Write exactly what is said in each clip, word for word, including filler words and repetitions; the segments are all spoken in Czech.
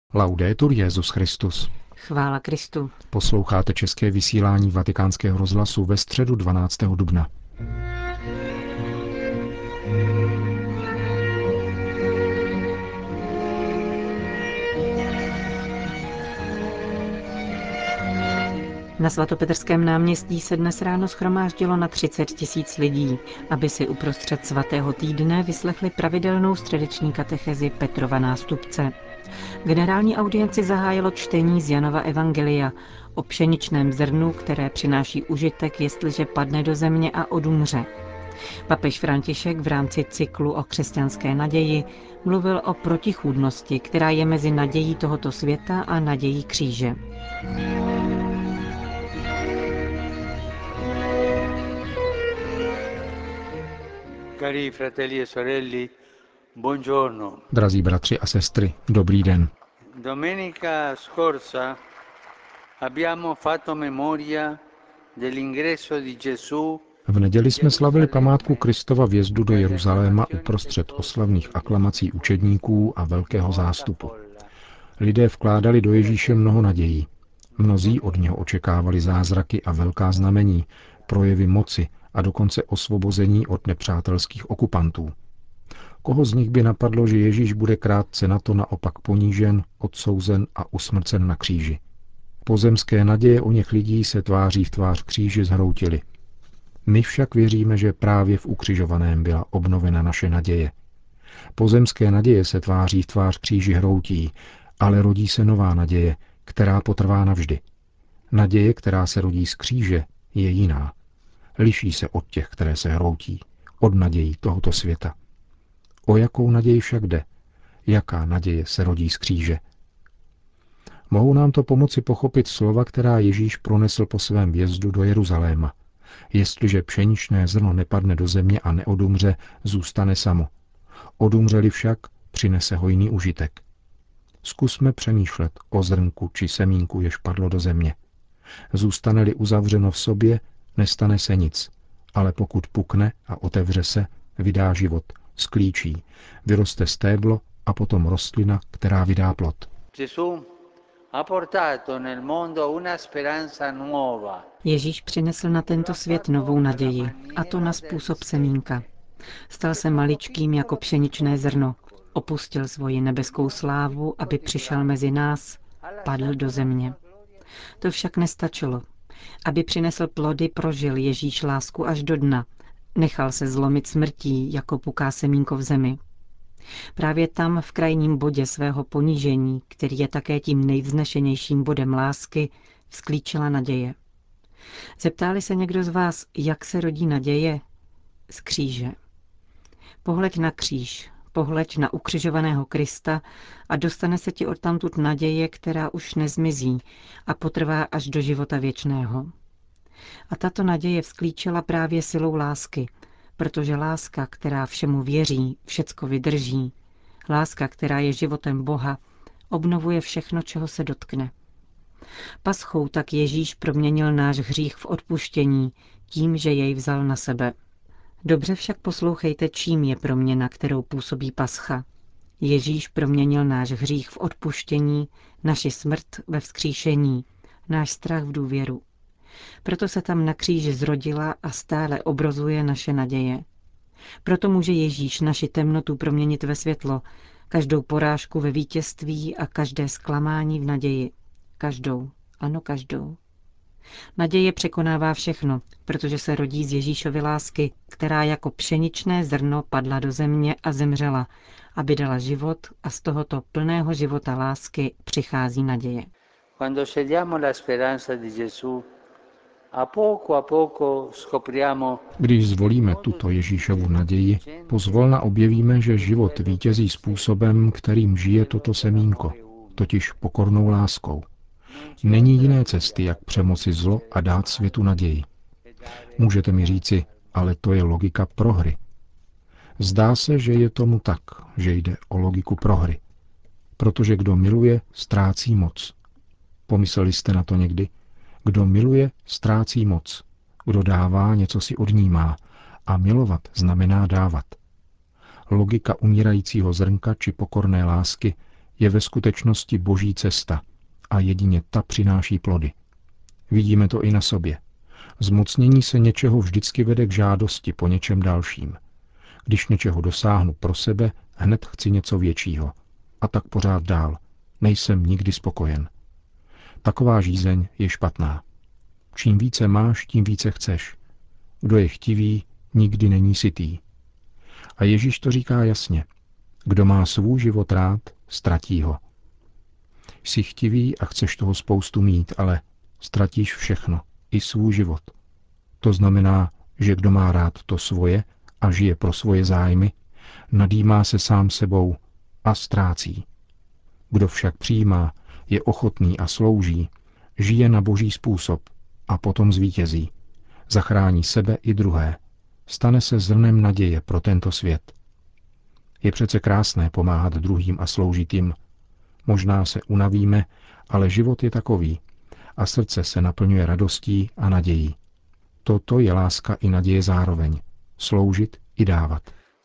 Laudetur Jesus Christus. Chvála Kristu. Posloucháte české vysílání Vatikánského rozhlasu ve středu dvanáctého dubna. Na svatopetrském náměstí se dnes ráno shromáždilo na třicet tisíc lidí, aby si uprostřed svatého týdne vyslechli pravidelnou středeční katechezi Petrova nástupce. Generální audienci zahájilo čtení z Janova evangelia o pšeničném zrnu, které přináší užitek, jestliže padne do země a odumře. Papež František v rámci cyklu o křesťanské naději mluvil o protichůdnosti, která je mezi nadějí tohoto světa a nadějí kříže. Cari fratelli e sorelle, buongiorno. Drazí bratři a sestry, dobrý den. Domenica scorsa abbiamo fatto memoria dell'ingresso di Gesù. V neděli jsme slavili památku Kristova vjezdu do Jeruzaléma uprostřed oslavných aklamací učedníků a velkého zástupu. Lidé vkládali do Ježíše mnoho nadějí. Mnozí od něho očekávali zázraky a velká znamení, projevy moci a dokonce osvobození od nepřátelských okupantů. Koho z nich by napadlo, že Ježíš bude krátce na to naopak ponížen, odsouzen a usmrcen na kříži? Pozemské naděje o něch lidí se tváří v tvář kříži zhroutily. My však věříme, že právě v ukřižovaném byla obnovena naše naděje. Pozemské naděje se tváří v tvář kříži hroutí, ale rodí se nová naděje, která potrvá navždy. Naděje, která se rodí z kříže, je jiná. Liší se od těch, které se hroutí, od nadějí tohoto světa. O jakou naději však jde? Jaká naděje se rodí z kříže? Mohou nám to pomoci pochopit slova, která Ježíš pronesl po svém vjezdu do Jeruzaléma. Jestliže pšeničné zrno nepadne do země a neodumře, zůstane samo. Odumřeli však, přinese hojný užitek. Zkusme přemýšlet o zrnku či semínku, jež padlo do země. Zůstane-li uzavřeno v sobě, nestane se nic, ale pokud pukne a otevře se, vydá život, sklíčí, vyroste stéblo a potom rostlina, která vydá plod. Ježíš přinesl na tento svět novou naději, a to na způsob semínka. Stal se maličkým jako pšeničné zrno, opustil svoji nebeskou slávu, aby přišel mezi nás, padl do země. To však nestačilo. Aby přinesl plody, prožil Ježíš lásku až do dna. Nechal se zlomit smrtí, jako puká semínko v zemi. Právě tam, v krajním bodě svého ponížení, který je také tím nejvznešenějším bodem lásky, vzklíčila naděje. Zeptali se někdo z vás, jak se rodí naděje? Z kříže. Pohleď na kříž, pohleď na ukřižovaného Krista a dostane se ti odtamtud naděje, která už nezmizí a potrvá až do života věčného. A tato naděje vzklíčila právě silou lásky, protože láska, která všemu věří, všecko vydrží, láska, která je životem Boha, obnovuje všechno, čeho se dotkne. Paschou tak Ježíš proměnil náš hřích v odpuštění tím, že jej vzal na sebe. Dobře však poslouchejte, čím je proměna, kterou působí pascha. Ježíš proměnil náš hřích v odpuštění, naši smrt ve vzkříšení, náš strach v důvěru. Proto se tam na kříži zrodila a stále obrozuje naše naděje. Proto může Ježíš naši temnotu proměnit ve světlo, každou porážku ve vítězství a každé zklamání v naději. Každou, ano každou. Naděje překonává všechno, protože se rodí z Ježíšovy lásky, která jako pšeničné zrno padla do země a zemřela, aby dala život, a z tohoto plného života lásky přichází naděje. Quando scegliamo la speranza di Gesù, a poco a poco scopriamo. Když zvolíme tuto Ježíšovu naději, pozvolna objevíme, že život vítězí způsobem, kterým žije toto semínko, totiž pokornou láskou. Není jiné cesty, jak přemoci zlo a dát světu naději. Můžete mi říci, ale to je logika prohry. Zdá se, že je tomu tak, že jde o logiku prohry. Protože kdo miluje, ztrácí moc. Pomysleli jste na to někdy? Kdo miluje, ztrácí moc. Kdo dává, něco si odnímá. A milovat znamená dávat. Logika umírajícího zrnka či pokorné lásky je ve skutečnosti boží cesta a jedině ta přináší plody. Vidíme to i na sobě. Zmocnění se něčeho vždycky vede k žádosti po něčem dalším. Když něčeho dosáhnu pro sebe, hned chci něco většího. A tak pořád dál. Nejsem nikdy spokojen. Taková žízeň je špatná. Čím více máš, tím více chceš. Kdo je chtivý, nikdy není sytý. A Ježíš to říká jasně. Kdo má svůj život rád, ztratí ho. Jsi chtivý a chceš toho spoustu mít, ale ztratíš všechno, i svůj život. To znamená, že kdo má rád to svoje a žije pro svoje zájmy, nadýmá se sám sebou a ztrácí. Kdo však přijímá, je ochotný a slouží, žije na boží způsob a potom zvítězí. Zachrání sebe i druhé. Stane se zrnem naděje pro tento svět. Je přece krásné pomáhat druhým a sloužit jim. Možná se unavíme, ale život je takový a srdce se naplňuje radostí a nadějí. Toto je láska i naděje zároveň. Sloužit i dávat.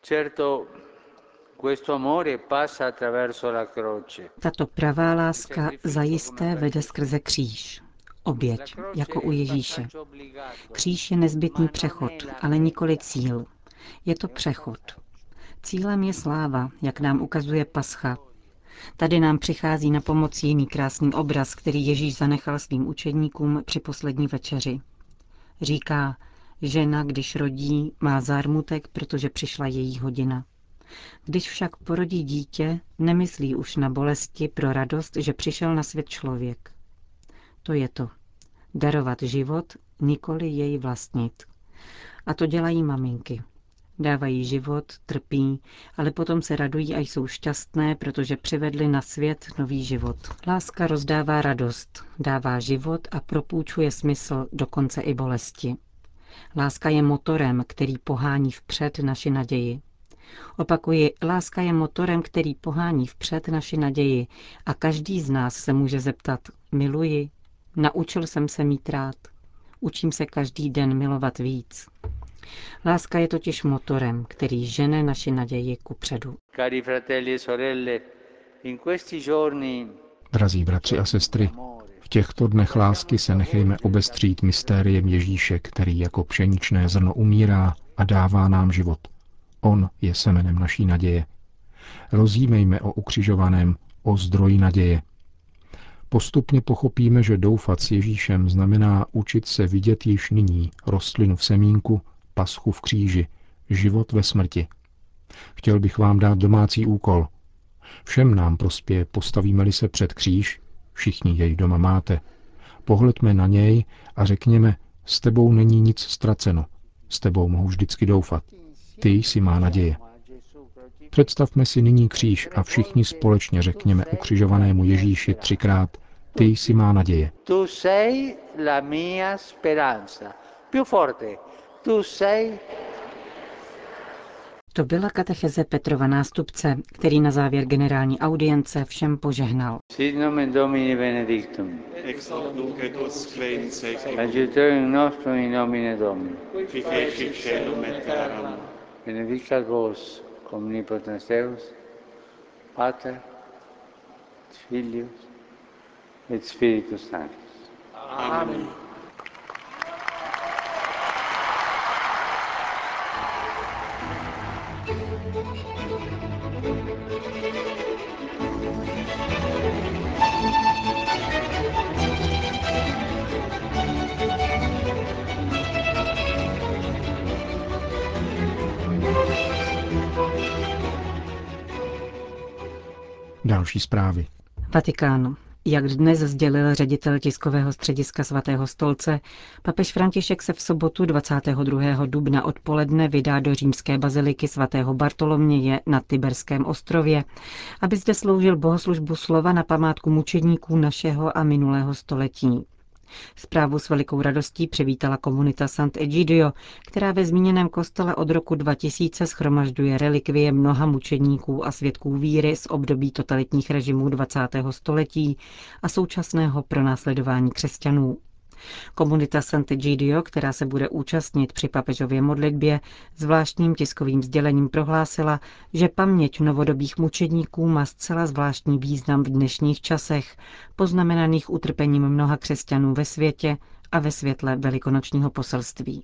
Tato pravá láska zajisté vede skrze kříž. Oběť, jako u Ježíše. Kříž je nezbytný přechod, ale nikoli cíl. Je to přechod. Cílem je sláva, jak nám ukazuje Pascha. Tady nám přichází na pomoc jiný krásný obraz, který Ježíš zanechal svým učedníkům při poslední večeři. Říká, žena, když rodí, má zármutek, protože přišla její hodina. Když však porodí dítě, nemyslí už na bolesti pro radost, že přišel na svět člověk. To je to. Darovat život, nikoli jej vlastnit. A to dělají maminky. Dávají život, trpí, ale potom se radují a jsou šťastné, protože přivedli na svět nový život. Láska rozdává radost, dává život a propůjčuje smysl, dokonce i bolesti. Láska je motorem, který pohání vpřed naši naději. Opakuji, láska je motorem, který pohání vpřed naši naději a každý z nás se může zeptat, miluji, naučil jsem se mít rád, učím se každý den milovat víc. Láska je totiž motorem, který žene naši naději kupředu. Drazí bratři a sestry, v těchto dnech lásky se nechejme obestřít mystériem Ježíše, který jako pšeničné zrno umírá a dává nám život. On je semenem naší naděje. Rozjímejme o ukřižovaném, o zdroji naděje. Postupně pochopíme, že doufat s Ježíšem znamená učit se vidět již nyní rostlinu v semínku, paschu v kříži, život ve smrti. Chtěl bych vám dát domácí úkol. Všem nám prospěje, postavíme-li se před kříž, všichni jej doma máte. Pohleďme na něj a řekněme, s tebou není nic ztraceno, s tebou mohu vždycky doufat. Ty jsi má naděje. Představme si nyní kříž a všichni společně řekněme ukřižovanému Ježíši třikrát, ty jsi má naděje. Tu sei la mia speranza. Più forte. Tu sei. To byla katecheze Petrova nástupce, který na závěr generální audience všem požehnal. Sit nomen Domini benedictum. Ex hoc nunc et usque in seculum. Adiutorium nostrum in nomine Domini. Qui fecit caelum et terram. Benedicat vos omnipotens Deus, Pater, Filius et Spiritus Sanctus. Amen. Další zprávy. Vatikán. Jak dnes sdělil ředitel tiskového střediska Svatého stolce, papež František se v sobotu dvacátého druhého dubna odpoledne vydá do římské baziliky svatého Bartoloměje na Tiberském ostrově, aby zde sloužil bohoslužbu slova na památku mučedníků našeho a minulého století. Zprávu s velikou radostí přivítala komunita Sant'Egidio, která ve zmíněném kostele od roku dva tisíce shromažďuje relikvie mnoha mučedníků a svědků víry z období totalitních režimů dvacátého století a současného pronásledování křesťanů. Komunita Sant'Egidio, která se bude účastnit při papežově modlitbě, zvláštním tiskovým sdělením prohlásila, že paměť novodobých mučedníků má zcela zvláštní význam v dnešních časech, poznamenaných utrpením mnoha křesťanů ve světě a ve světle velikonočního poselství.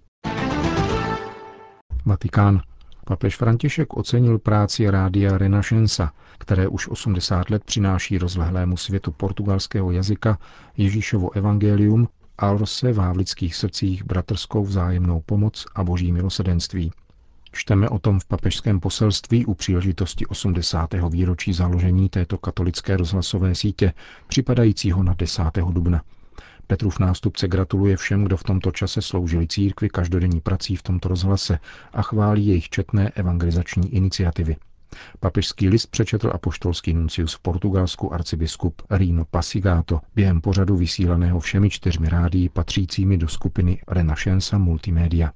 Vatikán. Papež František ocenil práci rádia Renascença, které už osmdesát let přináší rozlehlému světu portugalského jazyka Ježíšovo evangelium a rozsévá v lidských srdcích bratrskou vzájemnou pomoc a boží milosrdenství. Čteme o tom v papežském poselství u příležitosti osmdesátého výročí založení této katolické rozhlasové sítě, připadajícího na desátého dubna. Petrův nástupce gratuluje všem, kdo v tomto čase sloužili církvi každodenní prací v tomto rozhlase a chválí jejich četné evangelizační iniciativy. Papežský list přečetl apoštolský nuncius v Portugalsku arcibiskup Rino Passigato během pořadu vysílaného všemi čtyřmi rádii patřícími do skupiny Renascença Multimedia.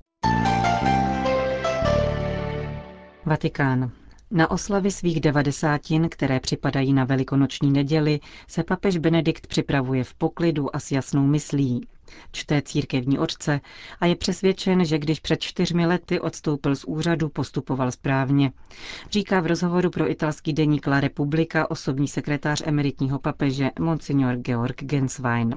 Vatikán. Na oslavy svých devadesátin, které připadají na velikonoční neděli, se papež Benedikt připravuje v poklidu a s jasnou myslí. Čte církevní otce a je přesvědčen, že když před čtyřmi lety odstoupil z úřadu, postupoval správně. Říká v rozhovoru pro italský deník La Repubblica osobní sekretář emeritního papeže Monsignor Georg Genswein.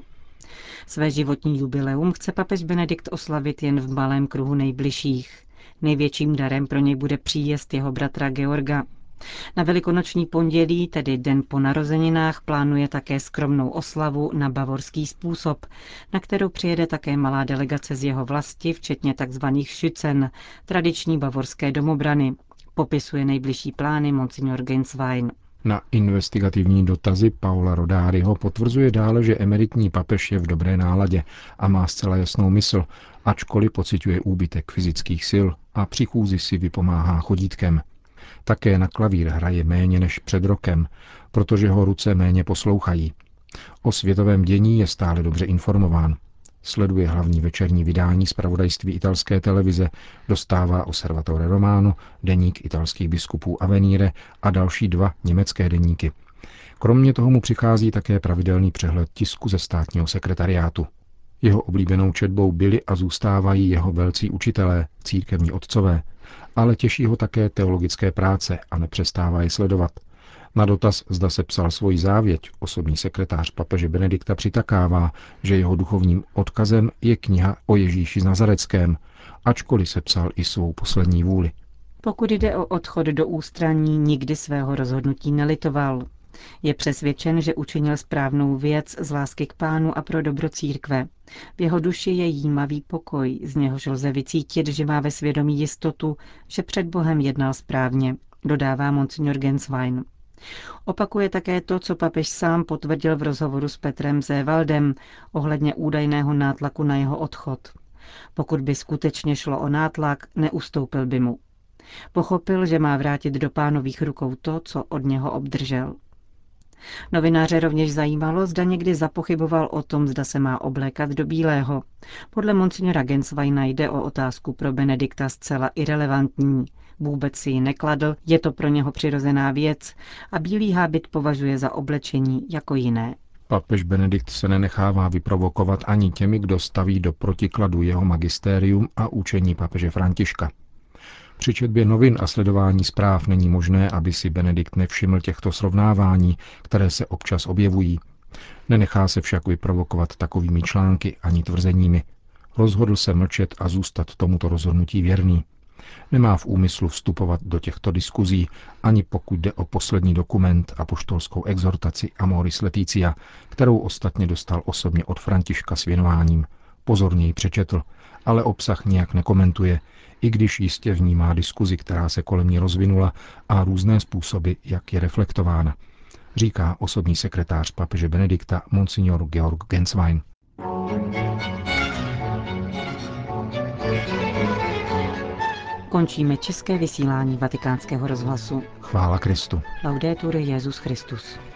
Své životní jubileum chce papež Benedikt oslavit jen v malém kruhu nejbližších. Největším darem pro něj bude příjezd jeho bratra Georga. Na velikonoční pondělí, tedy den po narozeninách, plánuje také skromnou oslavu na bavorský způsob, na kterou přijede také malá delegace z jeho vlasti, včetně tzv. Schützen, tradiční bavorské domobrany. Popisuje nejbližší plány monsignor Genswein. Na investigativní dotazy Paula Rodáryho potvrzuje dále, že emeritní papež je v dobré náladě a má zcela jasnou mysl, ačkoliv pociťuje úbytek fyzických sil a při chůzi si vypomáhá chodítkem. Také na klavír hraje méně než před rokem, protože ho ruce méně poslouchají. O světovém dění je stále dobře informován. Sleduje hlavní večerní vydání zpravodajství italské televize, dostává Osservatore Romano, deník italských biskupů Avvenire a další dva německé deníky. Kromě toho mu přichází také pravidelný přehled tisku ze státního sekretariátu. Jeho oblíbenou četbou byli a zůstávají jeho velcí učitelé, církevní otcové, ale těší ho také teologické práce a nepřestává je sledovat. Na dotaz, zda se psal svoji závěť, osobní sekretář papeže Benedikta přitakává, že jeho duchovním odkazem je kniha o Ježíši Nazareckém, ačkoliv se psal i svou poslední vůli. Pokud jde o odchod do ústraní, nikdy svého rozhodnutí nelitoval. Je přesvědčen, že učinil správnou věc z lásky k Pánu a pro dobro církve. V jeho duši je jímavý pokoj, z něhož lze vycítit, že má ve svědomí jistotu, že před Bohem jednal správně, dodává monsignor Genswein. Opakuje také to, co papež sám potvrdil v rozhovoru s Petrem Zévaldem ohledně údajného nátlaku na jeho odchod. Pokud by skutečně šlo o nátlak, neustoupil by mu. Pochopil, že má vrátit do Pánových rukou to, co od něho obdržel. Novináře rovněž zajímalo, zda někdy zapochyboval o tom, zda se má oblékat do bílého. Podle monsignora Gensweina jde o otázku pro Benedikta zcela irelevantní. Vůbec si ji nekladl, je to pro něho přirozená věc a bílý hábit považuje za oblečení jako jiné. Papež Benedikt se nenechává vyprovokovat ani těmi, kdo staví do protikladu jeho magistérium a učení papeže Františka. Při četbě novin a sledování zpráv není možné, aby si Benedikt nevšiml těchto srovnávání, které se občas objevují. Nenechá se však vyprovokovat takovými články ani tvrzeními. Rozhodl se mlčet a zůstat tomuto rozhodnutí věrný. Nemá v úmyslu vstupovat do těchto diskuzí, ani pokud jde o poslední dokument, apoštolskou exhortaci Amoris Laetitia, kterou ostatně dostal osobně od Františka s věnováním. Pozorně ji přečetl, ale obsah nijak nekomentuje, i když jistě vnímá diskuzi, která se kolem ní rozvinula a různé způsoby, jak je reflektována, říká osobní sekretář papeže Benedikta monsignor Georg Genswein. Končíme české vysílání Vatikánského rozhlasu. Chvála Kristu. Laudetur Jesus Christus.